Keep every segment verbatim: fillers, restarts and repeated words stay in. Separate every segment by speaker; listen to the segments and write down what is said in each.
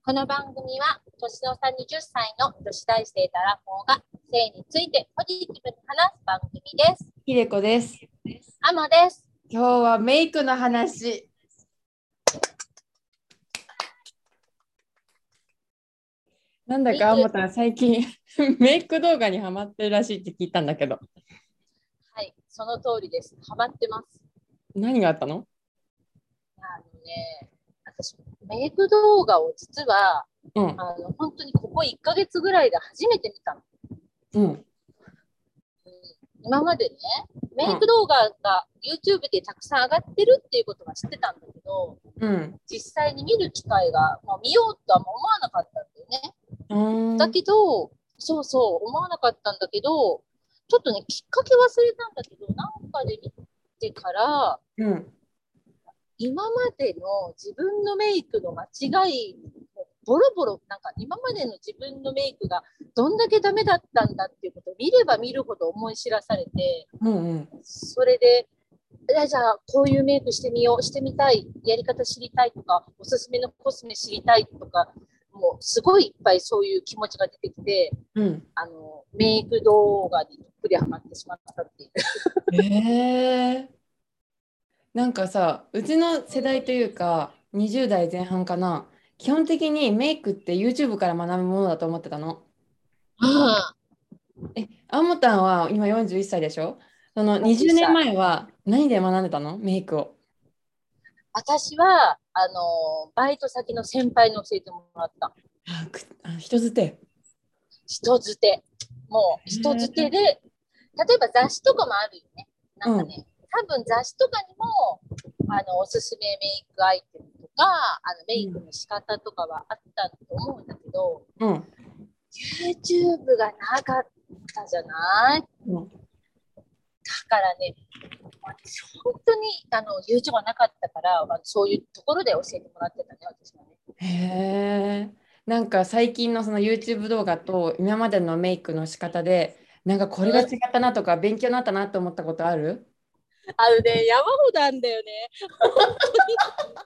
Speaker 1: この番組は年の差はたちの女子大生とアラフォーが性についてポジティブに話す番組です。
Speaker 2: ひでこです。
Speaker 1: あまです。
Speaker 2: 今日はメイクの話。なんだかあもたん最近メイク動画にハマってるらしいって聞いたんだけど。
Speaker 1: はい、その通りです。ハマってます。
Speaker 2: 何があったの？
Speaker 1: あのね、私メイク動画を実は、
Speaker 2: うん、
Speaker 1: あの本当にここいっかげつぐらいで初めて見たの。
Speaker 2: うん、
Speaker 1: 今までね、メイク動画が YouTube でたくさん上がってるっていうことは知ってたんだけど、
Speaker 2: うん、
Speaker 1: 実際に見る機会が、まあ、見ようとは思わなかったんだよね。
Speaker 2: うん、
Speaker 1: だけど、そうそう、思わなかったんだけど、ちょっとね、きっかけ忘れたんだけど、なんかで見てから、
Speaker 2: うん、
Speaker 1: 今までの自分のメイクの間違い、ボロボロ、なんか今までの自分のメイクがどんだけダメだったんだっていうことを見れば見るほど思い知らされて、
Speaker 2: うん、うん、
Speaker 1: それで、じゃあこういうメイクしてみよう、してみたい、やり方知りたいとか、おすすめのコスメ知りたいとか、もうすごいいっぱいそういう気持ちが出てきて、
Speaker 2: うん。
Speaker 1: あのメイク動画にどっぷりハマってしまったっていう。
Speaker 2: えー、なんかさ、うちの世代というかにじゅう代前半かな、基本的にメイクって YouTube から学ぶものだと思ってたの。
Speaker 1: うん、
Speaker 2: え、あもたんは今よんじゅういっさいでしょ？その20
Speaker 1: 40
Speaker 2: 年
Speaker 1: 歳。
Speaker 2: 前は何で学んでたのメイクを？
Speaker 1: 私はあのバイト先の先輩に教えてもらった。
Speaker 2: あ、くあ、人づて。
Speaker 1: 人づて。もう
Speaker 2: へ
Speaker 1: 人づて
Speaker 2: え。
Speaker 1: で、例えば雑誌とかもあるよね。なん
Speaker 2: うん、
Speaker 1: かね、多分雑誌とかにもあのおすすめメイクアイテムとか、あのメイク
Speaker 2: うん、
Speaker 1: の仕方とかはあったと思うんだけど、
Speaker 2: うん、
Speaker 1: YouTube がなかったじゃない。
Speaker 2: うん。
Speaker 1: だからね、本当にあの YouTube がなかったから、まあ、そういうところで教えてもらってたね、私はね。
Speaker 2: へえ。なんか最近のその YouTube 動画と今までのメイクの仕方で、なんかこれが違
Speaker 1: うん、
Speaker 2: ったなとか勉強になったなと思ったことある？
Speaker 1: あのね、山ほどあんだよね。本当に。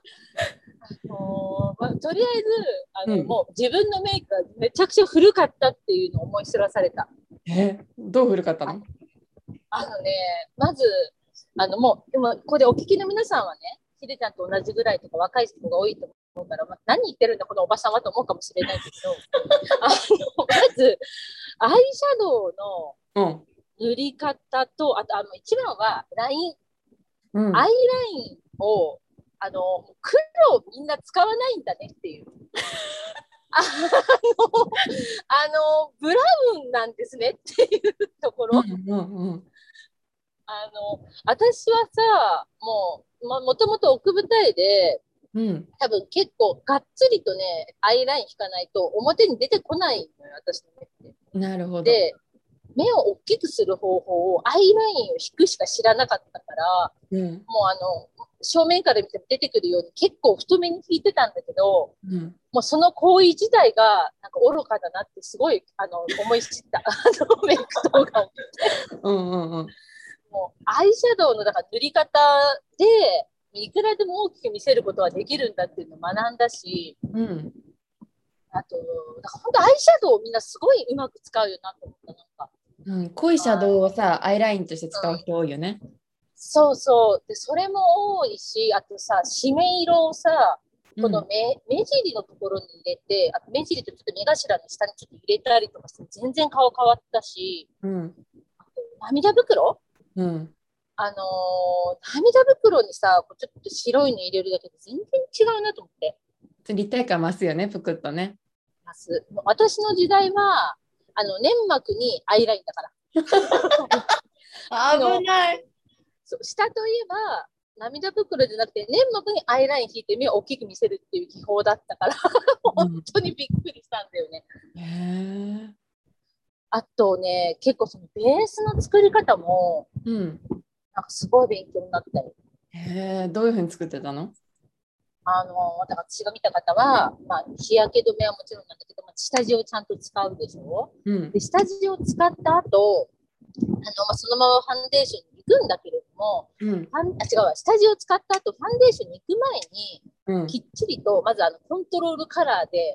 Speaker 1: もうまあ、とりあえずあ
Speaker 2: うん。
Speaker 1: のもう自分のメイクがめちゃくちゃ古かったっていうのを思い知らされた。
Speaker 2: え、どう古かった
Speaker 1: あ
Speaker 2: の？
Speaker 1: あのね、まず、あのもう、でもここでお聞きの皆さんはね、ひでちゃんと同じぐらいとか若い人が多いと思うから、まあ、何言ってるんだ、このおばさんはと思うかもしれないんだけど、あのまず、アイシャドウの
Speaker 2: うん、
Speaker 1: 塗り方と、あと、あの一番はライン、
Speaker 2: うん。
Speaker 1: アイラインを、あの黒をみんな使わないんだねっていう。あの、あのブラウンなんですねっていうとこ
Speaker 2: うん、
Speaker 1: ろ。
Speaker 2: うん、うん。
Speaker 1: あの、私はさ、もう、ま、もともと奥舞台で、
Speaker 2: うん。
Speaker 1: 多分結構がっつりとね、アイライン引かないと表に出てこないのよ、私の目って。
Speaker 2: なるほど。
Speaker 1: で、目を大きくする方法をアイラインを引くしか知らなかったから、
Speaker 2: うん、
Speaker 1: もうあの、正面から見ても出てくるように結構太めに引いてたんだけど、
Speaker 2: うん。
Speaker 1: もうその行為自体がなんか愚かだなってすごいあの思い知った。あのメイク動画を見て。
Speaker 2: うん、うん、うん。
Speaker 1: もうアイシャドウのだから塗り方でいくらでも大きく見せることはできるんだっていうのを学んだし、
Speaker 2: うん。
Speaker 1: あと、本当アイシャドウをみんなすごいうまく使うよなと思った。なんか、
Speaker 2: うん、濃いシャドウを
Speaker 1: あ
Speaker 2: さ、アイラインとして使う
Speaker 1: の、うん、
Speaker 2: 人多いよね。
Speaker 1: そうそう。で、それも多いし、あとさ、締め色をさ、この
Speaker 2: うん、
Speaker 1: 目目尻のところに入れて、あと目尻とちょっと目頭の下にちょっと入れたりとかして全然顔変わったし、
Speaker 2: うん、
Speaker 1: あと涙袋
Speaker 2: うん。
Speaker 1: あのー涙袋にさ、こうちょっと白いの入れるだけで全然違うなと思って
Speaker 2: 立体感増すよね、ぷくっとね。
Speaker 1: ます。もう私の時代は、あの、粘膜にアイラインだから。あの、
Speaker 2: 危ない。
Speaker 1: そう下といえば、涙袋じゃなくて粘膜にアイライン引いて目を大きく見せるっていう技法だったから本
Speaker 2: うん、
Speaker 1: 当にびっくりしたんだよね。
Speaker 2: へえ。
Speaker 1: あとね、結構そのベースの作り方も
Speaker 2: うん。
Speaker 1: なんかすごい勉強になったり。
Speaker 2: へえ、どういうふうに作ってたの？
Speaker 1: あのだから私が見た方は、まあ、日焼け止めはもちろんなんだけど、まあ、下地をちゃんと使うでしょ。
Speaker 2: うん、
Speaker 1: で下地を使った後あの、まあ、そのままファンデーションに行くんだけれども、
Speaker 2: うん、
Speaker 1: ファンあ違うわ下地を使った後ファンデーションに行く前に
Speaker 2: うん、
Speaker 1: きっちりとまずあのコントロールカラーで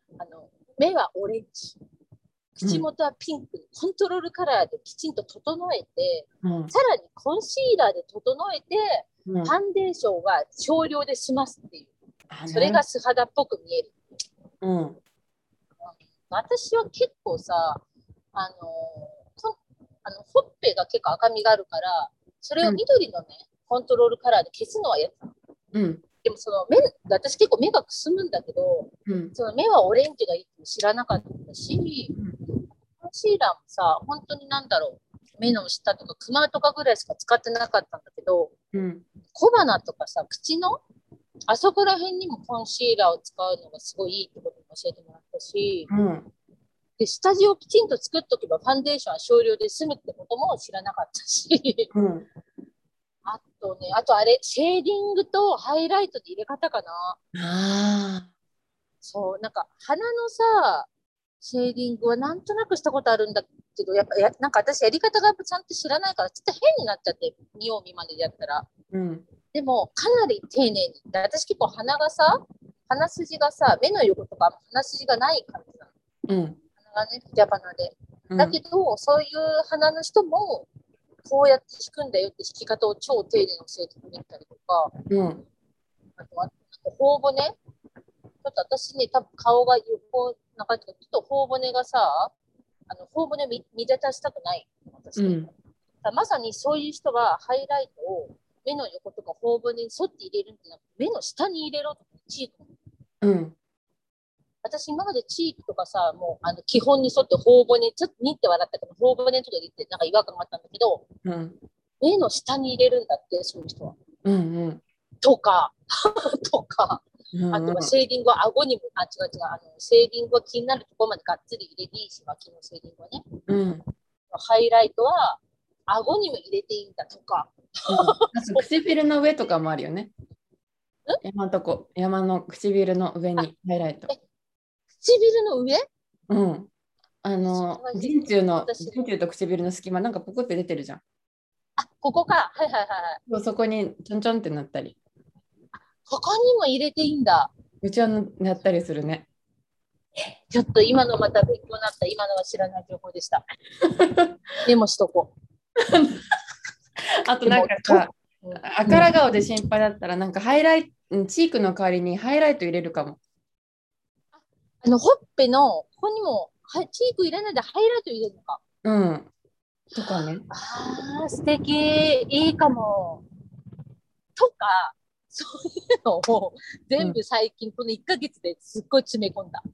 Speaker 1: あの目はオレンジ、口元はピンク、うん、コントロールカラーできちんと整えて、うん、さらにコンシーラーで整えて、うん、ファンデーションは少量で済ますっていう。それが素肌っぽく見える。うん、私は結構さ、あのあのほっぺが結構赤みがあるから、それを緑のね、うん、コントロールカラーで消すのはやった。うん、でもその目、私結構目がくすむんだけど、うん、その目はオレンジがいいって知らなかったし、うん、コンシーラーもさ、本当になんだろう、目の下とかクマとかぐらいしか使ってなかったんだけど、うん、小鼻とかさ、口のあそこら辺にもコンシーラーを使うのがすごいいいってことも教えてもらったし、うん、で下地をきちんと作っとけばファンデーションは少量で済むってことも知らなかったし、うん、あとね、あとあれ、シェーディングとハイライトで入れ方かな。あ、そう、なんか鼻のさ、シェーディングはなんとなくしたことあるんだけど、やっぱやなんか私やり方がちゃんと知らないからちょっと変になっちゃって、見よう見まねでやったら、うん、でもかなり丁寧に、私結構鼻がさ、鼻筋がさ、目の横とか鼻筋がない感じなの、うん、鼻がね、ピタ鼻で、だけど、うん、そういう鼻の人もこうやって引くんだよって引き方を超丁寧に教えてくれたりとか、うん、あとは頬骨、ちょっと私ね、多分顔が横な感じで、ちょっと頬骨がさ、あの頬骨見立たしたくない、私、うん、まさにそういう人はハイライトを目の横とか頬骨に沿って入れるんじゃなくて、目の下に入れろとか、チーク、うん、私今までチークとかさ、もうあの基本に沿って頬骨、ちょっとにって笑ったけど、頬骨とか入れてなんか違和感があったんだけど、うん、目の下に入れるんだって、そういう人は。うんうん、とか、とか、あとはシェーディングは顎にも、あ、違う違う、あのシェーディングは気になるところまでがっつり入れていいし、脇のシェーディングはね。うん、ハイライトは顎にも入れていいんだとか。
Speaker 2: うん、唇の上とかもあるよね。山のとこ、山の唇の上にハイライト。
Speaker 1: 唇の上？
Speaker 2: うん。あの、人中の、人中と唇の隙間、なんかポコって出てるじゃん。
Speaker 1: あ、ここか。はいはいはい。
Speaker 2: そこにちょんちょんってなったり。
Speaker 1: ここにも入れていいんだ。
Speaker 2: うちはなったりするね。
Speaker 1: ちょっと今のまた勉強になった。今のは知らない情報でした。メモしとこう。
Speaker 2: あとなんかさ、あから顔で心配だったら、なんかハイライト、チークの代わりにハイライト入れるかも。
Speaker 1: あの、ほっぺの、ここにも、はチーク入れないでハイライト入れるのか。
Speaker 2: うん。とかね。
Speaker 1: ああ、素敵。いいかも。とか、そういうのを全部最近、このいっかげつですっごい詰め込んだ。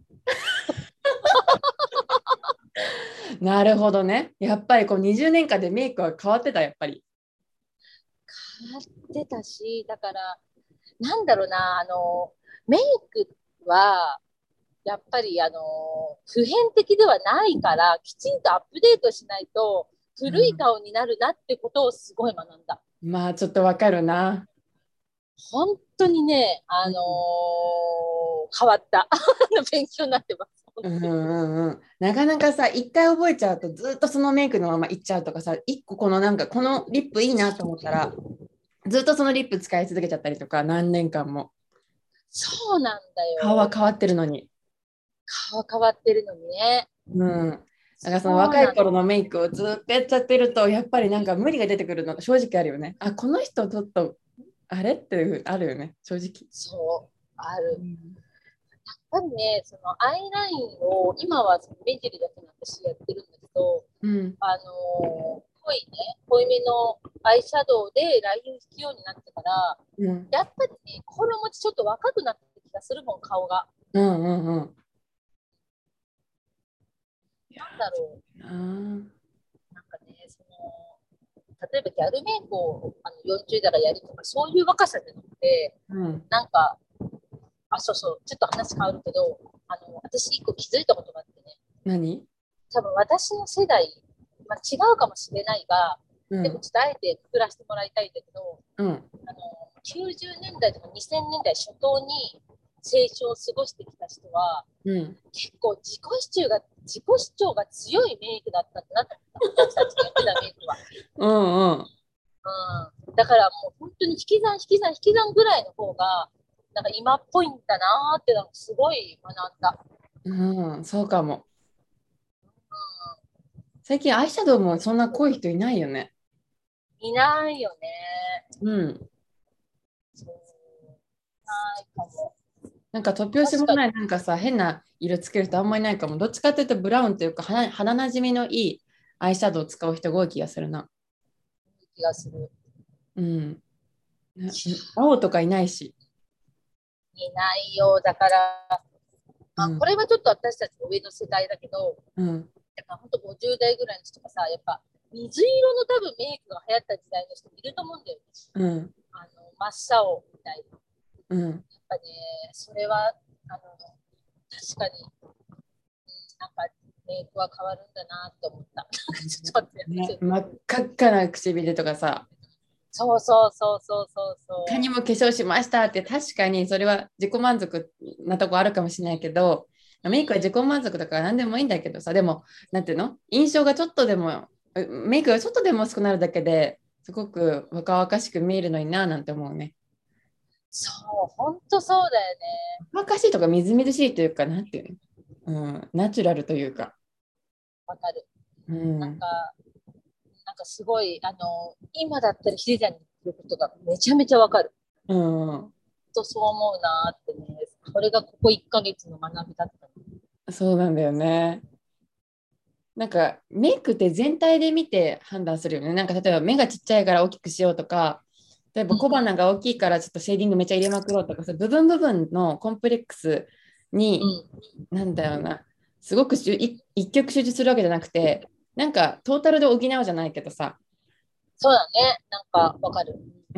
Speaker 2: なるほどね。やっぱりこうにじゅうねんかんでメイクは変わってた、やっぱり。
Speaker 1: 変わってたし、だから、なんだろうな、あの、メイクは、やっぱり、あの、普遍的ではないから、きちんとアップデートしないと、古い顔になるなってことをすごい学んだ。
Speaker 2: うん、まあ、ちょっとわかるな。
Speaker 1: 本当にね、あのーうん、変わった。勉強になってます。
Speaker 2: うんうんうん、なかなかさ、一回覚えちゃうとずっとそのメイクのままいっちゃうとかさ、一個このなんかこのリップいいなと思ったらずっとそのリップ使い続けちゃったりとか、何年間も。
Speaker 1: そうなんだよ。
Speaker 2: 顔は変わってるのに。
Speaker 1: 顔は変わってるのにね。
Speaker 2: うん。だからその若い頃のメイクをずっとやっちゃってると、やっぱりなんか無理が出てくるのが正直あるよね。あ、この人ちょっとあれっていうあるよね、正直。
Speaker 1: そう、ある。うん、やっぱりね、そのアイラインを今はその目尻だけの私やってるんだけど、うん、あの濃いね、濃いめのアイシャドウでライン引くようになってから、うん、やっぱりね、心持ちちょっと若くなってる気がするもん、顔が。
Speaker 2: うんうんうん。
Speaker 1: なんだろう。なんかね、その例えばギャルメイクをあのよんじゅう代からやるとか、そういう若さじゃなくて、うん、なんか、あ、そうそう、ちょっと話変わるけど、あの私一個気づいたことがあってね。
Speaker 2: 何？
Speaker 1: 多分私の世代、まあ、違うかもしれないが、うん、でもちょっとあえてくくらせてもらいたいんだけど、うん、あのきゅうじゅうねんだいとかにせんねんだい初頭に青春を過ごしてきた人は、うん、結構自己主張が自己主張が強いメイクだったんだなと思った。私たちがやってたメイクは。うんうんうん、だからもう本当に引き算引き算引き算ぐらいの方がなんか今っぽいんだなーってのすごい学んだ。
Speaker 2: うん、そうかも。最近アイシャドウもそんな濃い人いないよね。
Speaker 1: いないよね。
Speaker 2: うん。
Speaker 1: そう、ないかも。
Speaker 2: なんか突拍子
Speaker 1: 確かに、
Speaker 2: もないなんかさ、変な色つける人あんまりないかも。どっちかっていうとブラウンというか肌、肌なじみのいいアイシャドウを使う人が多い気がするな。
Speaker 1: いい気がする。
Speaker 2: うん。ね、青とかいないし。
Speaker 1: いないよ。だから、まあ、
Speaker 2: うん。
Speaker 1: これはちょっと私たちの上の世代だけど、
Speaker 2: うん。
Speaker 1: だから本当ごじゅう代ぐらいの人がさ、やっぱ水色の多分メイクが流行った時代の人いると思うんだよね。
Speaker 2: うん。
Speaker 1: あの真っ青みたいな。やっ
Speaker 2: うん。
Speaker 1: ぱね、それはあの確かに、うん、なんかメイクは変わるんだなって思った。ちょっと待って、ちょ
Speaker 2: ね、
Speaker 1: っと
Speaker 2: 真っ赤っかな唇とかさ、
Speaker 1: そうそうそうそうそう
Speaker 2: いかに
Speaker 1: そ
Speaker 2: も化粧しましたって確かにそれは自己満足なとこあるかもしれないけど、メイクは自己満足だから何でもいいんだけどさ、でも、なんていうの、印象がちょっとでも、メイクがちょっとでも薄くなるだけですごく若々しく見えるのにななんて思うね。
Speaker 1: う。そう、本当そうだよね。
Speaker 2: 若々しいとかみずみずしいというか、なんていうの、うん、ナチュラルというか。
Speaker 1: わかる。
Speaker 2: うん。
Speaker 1: なんか、なんかすごい、あの、今だったらヒデちゃんに言ってることがめちゃめちゃわかる。
Speaker 2: うん。
Speaker 1: とそう思うなってね。これがここいっかげつの学びだった。
Speaker 2: そうなんだよね。なんかメイクって全体で見て判断するよね。なんか例えば目がちっちゃいから大きくしようとか、例えば小鼻が大きいからちょっとシェーディングめっちゃ入れまくろうとかさ、部分部分のコンプレックスに、
Speaker 1: うん。
Speaker 2: なんだろうな、すごくしゅ一一極集中するわけじゃなくて、なんかトータルで補うじゃないけどさ、
Speaker 1: そうだね。なんかわかる。
Speaker 2: うん。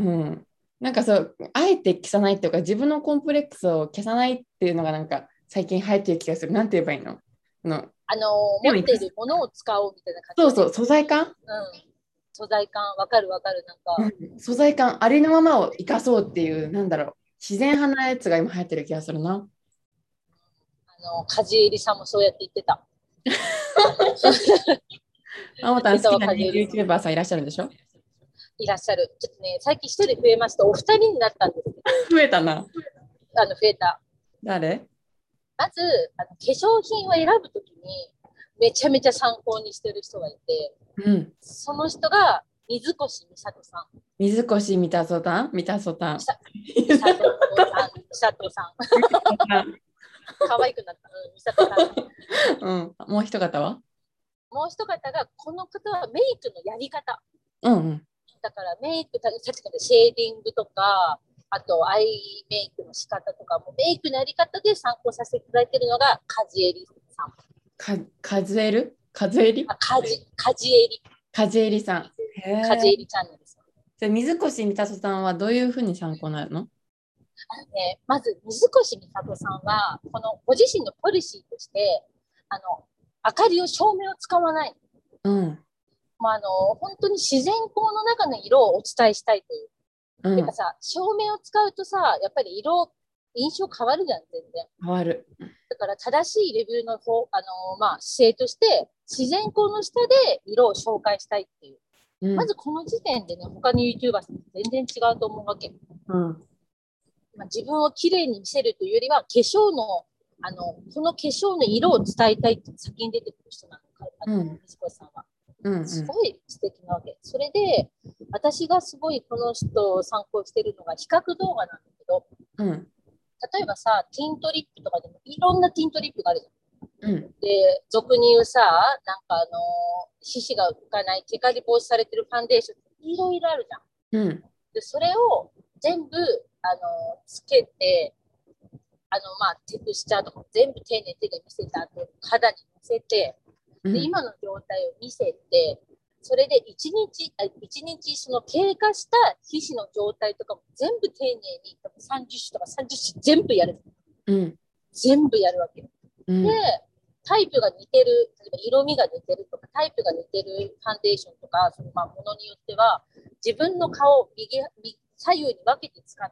Speaker 2: なんかそう、あえて消さないっていうか、自分のコンプレックスを消さないっていうのがなんか最近流行ってる気がする。なんて言えばいいの、あの、
Speaker 1: あの、持ってい
Speaker 2: でも生かす。
Speaker 1: るものを使おうみたいな感じよね。
Speaker 2: そうそう、素材感、
Speaker 1: うん。素材感、わかるわかる。なんか、
Speaker 2: うん、素材感、ありのままを生かそうっていう、なんだろう、自然派なやつが今流行ってる気がするな。
Speaker 1: あの、梶江里さんもそうやって言ってた。あの、
Speaker 2: あもたん好
Speaker 1: 言ってたわ、
Speaker 2: きな人気
Speaker 1: 梶江里さん。
Speaker 2: YouTuber さんいらっしゃるんでしょ？
Speaker 1: いらっしゃる。ちょっとね、最近一人増えました。お二人になったんですけど、
Speaker 2: 増えたな。
Speaker 1: あの、増えた。
Speaker 2: 誰？
Speaker 1: まず、あの化粧品を選ぶときに、めちゃめちゃ参考にしてる人がいて、
Speaker 2: うん。
Speaker 1: その人が水越美里さん。
Speaker 2: 水越三田ソタン三田ソタン。
Speaker 1: みさ美里さん、美里さん。可愛くなった。うん、美里さん。
Speaker 2: うん。もう一方は？
Speaker 1: もう一方が、この方はメイクのやり方。
Speaker 2: うんうん。
Speaker 1: だからメイク、さっきからシェーディングとか、あとアイメイクの仕方とかも、メイクのやり方で参考させていただいているのが、カジエリさん。
Speaker 2: か、数える数えり
Speaker 1: あ、カジ、カジエリ。
Speaker 2: 数えりさん。へえ。
Speaker 1: カジエリチャンネルです。
Speaker 2: じゃあ水越三田さんはどういうふうに参考になるの？
Speaker 1: あのね、まず、水越美里さんは、このご自身のポリシーとして、あの、明かりを、照明を使わない。
Speaker 2: うん。
Speaker 1: まあ、あの、本当に自然光の中の色をお伝えしたいという。
Speaker 2: うん。
Speaker 1: てかさ、照明を使うとさ、やっぱり色、印象変わるじゃん、全然。
Speaker 2: 変わる。
Speaker 1: だから正しいレビューの方、あの、まあ、姿勢として、自然光の下で色を紹介したいっていう。
Speaker 2: うん。
Speaker 1: まずこの時点でね、他の YouTuber さん全然違うと思うわけ。
Speaker 2: うん。
Speaker 1: まあ、自分をきれいに見せるというよりは、化粧の、あの、その化粧の色を伝えたいって先に出てくる人なのか、あの、
Speaker 2: うん。
Speaker 1: 水越さんは。
Speaker 2: うん。
Speaker 1: すごい素敵なわけ。それで、私がすごいこの人を参考してるのが比較動画なんだけど、
Speaker 2: うん。
Speaker 1: 例えばさ、ティントリップとかでもいろんなティントリップがあるじゃん。
Speaker 2: うん。
Speaker 1: で、俗に言うさ、なんかあの、皮脂が浮かない、テカリ防止されてるファンデーション、いろいろあるじゃん。
Speaker 2: うん。
Speaker 1: で、それを全部、あの、つけて、あの、まあ、テクスチャーとかも全部丁寧に手で見せた後、肌に乗せて、で、
Speaker 2: うん。
Speaker 1: 今の状態を見せて、それで一日、あ一日その経過した皮脂の状態とかも全部丁寧にさんじゅっ種とかさんじゅっ種全部やる。
Speaker 2: うん。
Speaker 1: 全部やるわけ。で、
Speaker 2: うん。
Speaker 1: タイプが似てる、例えば色味が似てるとか、タイプが似てるファンデーションとか、そのまあものによっては、自分の顔を右右左右に分けて使って、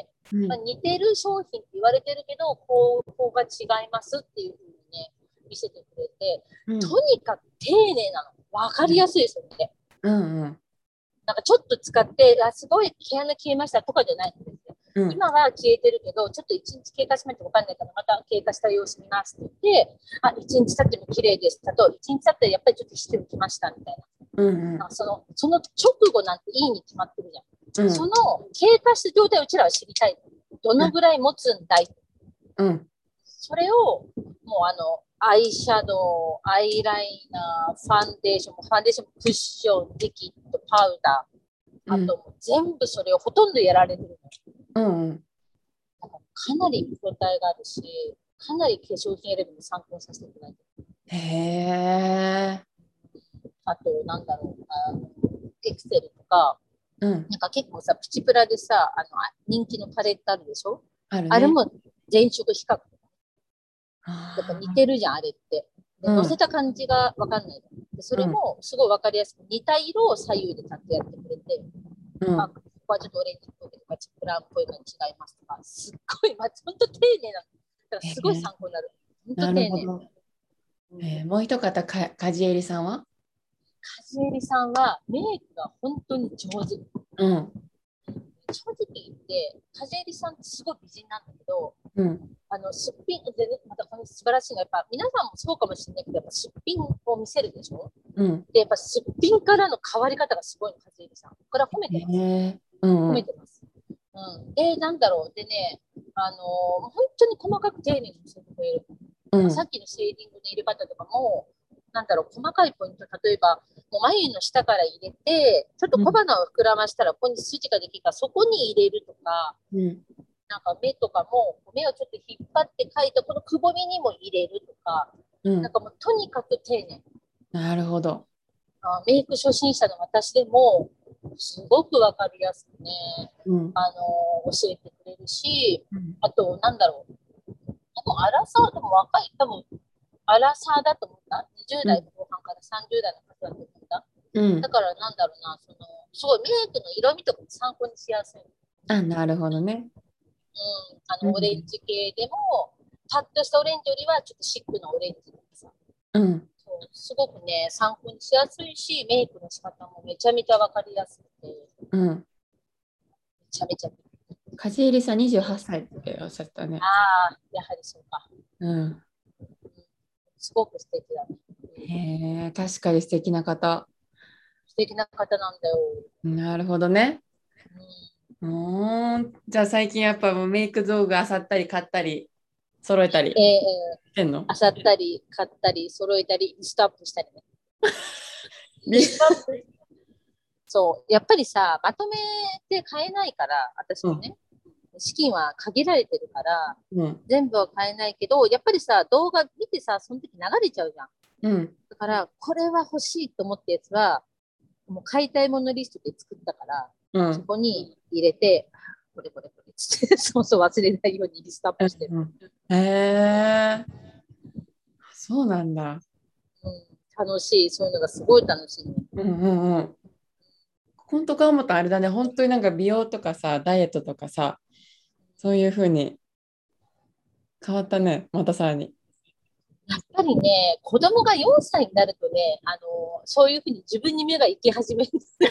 Speaker 1: まあ、似てる商品って言われてるけど、こう、こうが違いますっていうふうにね、見せてくれて、とにかく丁寧なの。分かりやすいですよね。
Speaker 2: うん。うん。
Speaker 1: なんかちょっと使って、あ、すごい毛穴消えましたとかじゃないんですよ。
Speaker 2: うん
Speaker 1: 今は消えてるけど、ちょっといちにち経過しないと分かんないから、また経過した様子見ますって言って、あ、いちにち経っても綺麗ですだと、いちにち経ってやっぱりちょっとしてきましたみたいな。
Speaker 2: うん
Speaker 1: なんかそのその直後なんていいに決まってるじゃん。
Speaker 2: うん。
Speaker 1: その経過した状態をうちらは知りたい。どのぐらい持つんだい。
Speaker 2: うん。
Speaker 1: それを、もうあの、アイシャドウ、アイライナー、ファンデーション、ファンデーション、クッション、リキッド、パウダー、あ
Speaker 2: うん。
Speaker 1: ともう全部それをほとんどやられてるの。
Speaker 2: うん。
Speaker 1: だからかなり見応えがあるし、かなり化粧品選びに参考にさせていただいてる。
Speaker 2: へえ。
Speaker 1: あと、なんだろう、あのエクセルとか、
Speaker 2: うん。
Speaker 1: なんか結構さ、プチプラでさ、あの人気のパレットあるでしょ。
Speaker 2: あるね。
Speaker 1: あれも全色比較。やっぱ似
Speaker 2: あ
Speaker 1: てるじゃん、あれって。で、
Speaker 2: ーうん。
Speaker 1: 乗せた感じがわかんない。で、そ
Speaker 2: うん。
Speaker 1: れもすごいわかりやすく、似た色を左右でちゃんとやってくれて、あ、
Speaker 2: うん。
Speaker 1: ここはちょっとオレンジっぽいとか、ブラウンっぽい感じ違いますとか、すっごい、まあ、本当丁寧なの。だから
Speaker 2: へ
Speaker 1: すごい
Speaker 2: え。
Speaker 1: 参考になる。本当
Speaker 2: なる
Speaker 1: 丁寧。
Speaker 2: ほど。えーもう一方、か、梶江里さんは？
Speaker 1: カジエリさんはメイクが本当に上手。
Speaker 2: うん。
Speaker 1: 正直言って、カジエリさんってすごい美人なんだけど、
Speaker 2: うん。
Speaker 1: あの、すっぴんで、ね、またこの素晴らしいのは、やっぱ皆さんもそうかもしれないけど、やっぱすっぴんを見せるでしょ。
Speaker 2: うん。
Speaker 1: で、やっぱすっぴんからの変わり方がすごいの、カジエリさん。これは褒め
Speaker 2: へ
Speaker 1: てます。
Speaker 2: え。うんうん。
Speaker 1: 褒めてます。うん。で、なんだろう。でね、あのー本当に細かく丁寧に教えてくれる。
Speaker 2: うん。
Speaker 1: さっきのシェーディングの入れ方とかも、なんだろう、細かいポイント、例えば、もう眉の下から入れて、ちょっと
Speaker 2: うん。
Speaker 1: 小鼻を膨らましたら、ここに筋ができるから、そこに入れるとか、
Speaker 2: うん。
Speaker 1: なんか目とかも、目をちょっと引っ張って描いたこのくぼみにも入れるとか、
Speaker 2: うん。
Speaker 1: なんかもうとにかく丁寧。
Speaker 2: なるほど。
Speaker 1: あメイク初心者の私でも、すごくわかりやすくね、
Speaker 2: うん。
Speaker 1: あの教えてくれるし、
Speaker 2: うん。
Speaker 1: あと、なんだろう、多分アラサーでも若い、多分アラサーだと思った。にじゅう代
Speaker 2: うん。
Speaker 1: 後半からさんじゅう代の方だと思った。
Speaker 2: うん。
Speaker 1: だから、なんだろうな、その、すごいメイクの色味とかも参考にしやすい。
Speaker 2: あ、なるほどね。
Speaker 1: うん、あの、オレン
Speaker 2: うん。
Speaker 1: ジ系でも、パッとしたオレンジよりはちょっとシックなオレンジとかさ、
Speaker 2: うん。
Speaker 1: そうすごくね、参考にしやすいし、メイクの仕方もめちゃめちゃわかりやすくて、め
Speaker 2: うん。
Speaker 1: ちゃめちゃ。
Speaker 2: 梶江里さんにじゅうはっさいっておっしゃったね。
Speaker 1: ああ、やはりそうか。
Speaker 2: うん。
Speaker 1: うん、すごく素敵だね。うん、
Speaker 2: へえ、確かに素敵な方。
Speaker 1: 素敵な方なんだよ。
Speaker 2: なるほどね。
Speaker 1: うん、
Speaker 2: うーん。じゃあ最近やっぱもうメイク道具漁ったり買ったり揃えたり
Speaker 1: ええ
Speaker 2: してんの？
Speaker 1: ー、漁ったり、買ったり、揃えたり、リストアップしたりね。リ
Speaker 2: リ
Speaker 1: ストアップ、そう、やっぱりさ、まとめて買えないから、私
Speaker 2: うん。
Speaker 1: もね、資金は限られてるから、
Speaker 2: うん。
Speaker 1: 全部は買えないけど、やっぱりさ、動画見てさ、その時流れちゃうじゃん。
Speaker 2: うん。
Speaker 1: だから、これは欲しいと思ったやつは、もう買いたいものリストで作ったから、そ
Speaker 2: うん。
Speaker 1: こに入れて、これこれこれつって、そうそう忘れないようにリストアップしてる。
Speaker 2: うん。へえ、そうなんだ。
Speaker 1: うん、楽しい、そういうのがすごい楽しいね。
Speaker 2: うんうんうん。本当か思ったあれだね。本当になんか美容とかさ、ダイエットとかさ、そういうふうに変わったね。またさらに。
Speaker 1: やっぱりね、子供がよんさいになるとね、あのそういうふうに自分に目が行き始めるんですよ。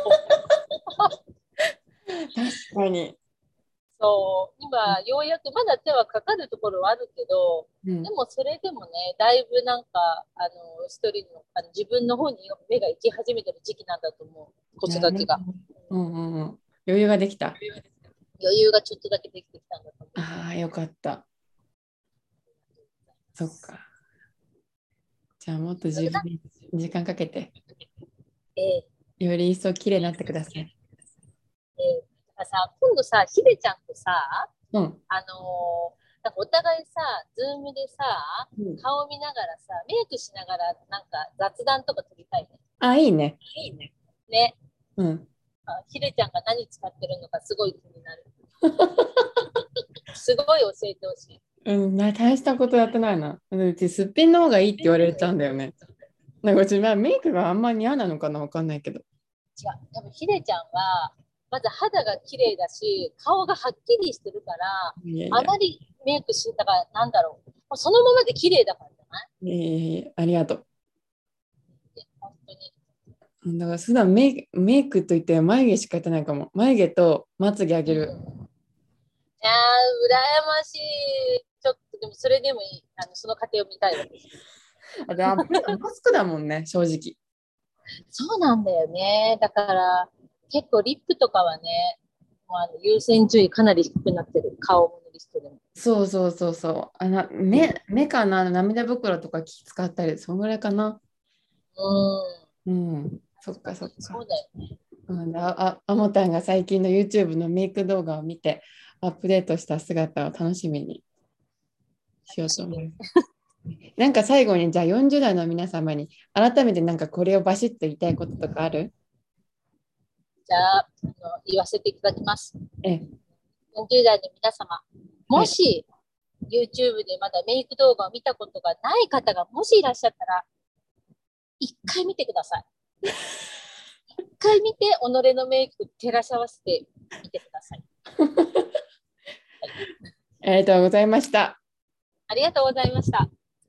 Speaker 2: 確かに。
Speaker 1: そう、
Speaker 2: うん。
Speaker 1: 今、ようやくまだ手はかかるところはあるけど、
Speaker 2: うん。
Speaker 1: でもそれでもね、だいぶなんか、あの、一人の、あの自分の方に目が行き始めてる時期なんだと思う、子
Speaker 2: な
Speaker 1: 育てが。
Speaker 2: るほど。うんうんうん。余裕ができた。
Speaker 1: 余裕がちょっとだけできてきたんだと思う。
Speaker 2: ああ、よかった。そっか。じゃあもっと
Speaker 1: それだ。
Speaker 2: 自分に時間かけて、
Speaker 1: えー
Speaker 2: より一層綺麗になってください。
Speaker 1: えー、だからさ、今度さ、ひでちゃんとさ、
Speaker 2: うん。
Speaker 1: あのーなんかお互いさ、ズームでさ、
Speaker 2: うん。
Speaker 1: 顔見ながらさ、メイクしながら、なんか雑談とか撮りたいね。
Speaker 2: あ、いいね。
Speaker 1: いいね。ね。
Speaker 2: うん。
Speaker 1: あ、ひでちゃんが何使ってるのかすごい気になる。すごい教えてほしい。
Speaker 2: うん、な大したことやってないな。うちすっぴんの方がいいって言われちゃうんだよね。なんかうち、まあ、メイクがあんまり似合わないのかなわかんないけど。
Speaker 1: 違う。多分ひでちゃんは、まず肌が綺麗だし、顔がはっきりしてるから、
Speaker 2: いやいや、
Speaker 1: あまりメイクしてたから、なんだろう。もうそのままで綺麗だからじゃない？
Speaker 2: いやいやいや、ありがとう。
Speaker 1: 本当に。
Speaker 2: だから普段メイク、メイクといって眉毛しかやってないかも。眉毛とまつげ上げる。
Speaker 1: うん。 いやー、羨ましい。ちょっと、でもそれでもいい。あのその過程を見たいわけです。
Speaker 2: あとあマスクだもんね、正直。
Speaker 1: そうなんだよね。だから、結構リップとかはね、もうあの優先順位かなり低くなってる。顔のリストでも。
Speaker 2: そうそうそうそう。あな目、目かな、涙袋とか気使ったり、そんぐらいかな。
Speaker 1: うん。
Speaker 2: うん。そっかそっか。
Speaker 1: そうだよね。
Speaker 2: うん、あ、あ、あもたんが最近の YouTube のメイク動画を見て、アップデートした姿を楽しみにしよう
Speaker 1: 楽しみ。
Speaker 2: と思います。なんか最後に、じゃあよんじゅう代の皆様に、改めてなんかこれをバシッと言いたいこととかある？
Speaker 1: じゃあ、あの言わせていただきます。
Speaker 2: え、
Speaker 1: よんじゅう代の皆様、
Speaker 2: はい。
Speaker 1: もし YouTube でまだメイク動画を見たことがない方がもしいらっしゃったら、一回見てください。一回見て、己のメイク照らし合わせてみてください。はい、
Speaker 2: ありがとうございました。
Speaker 1: ありがとうございました。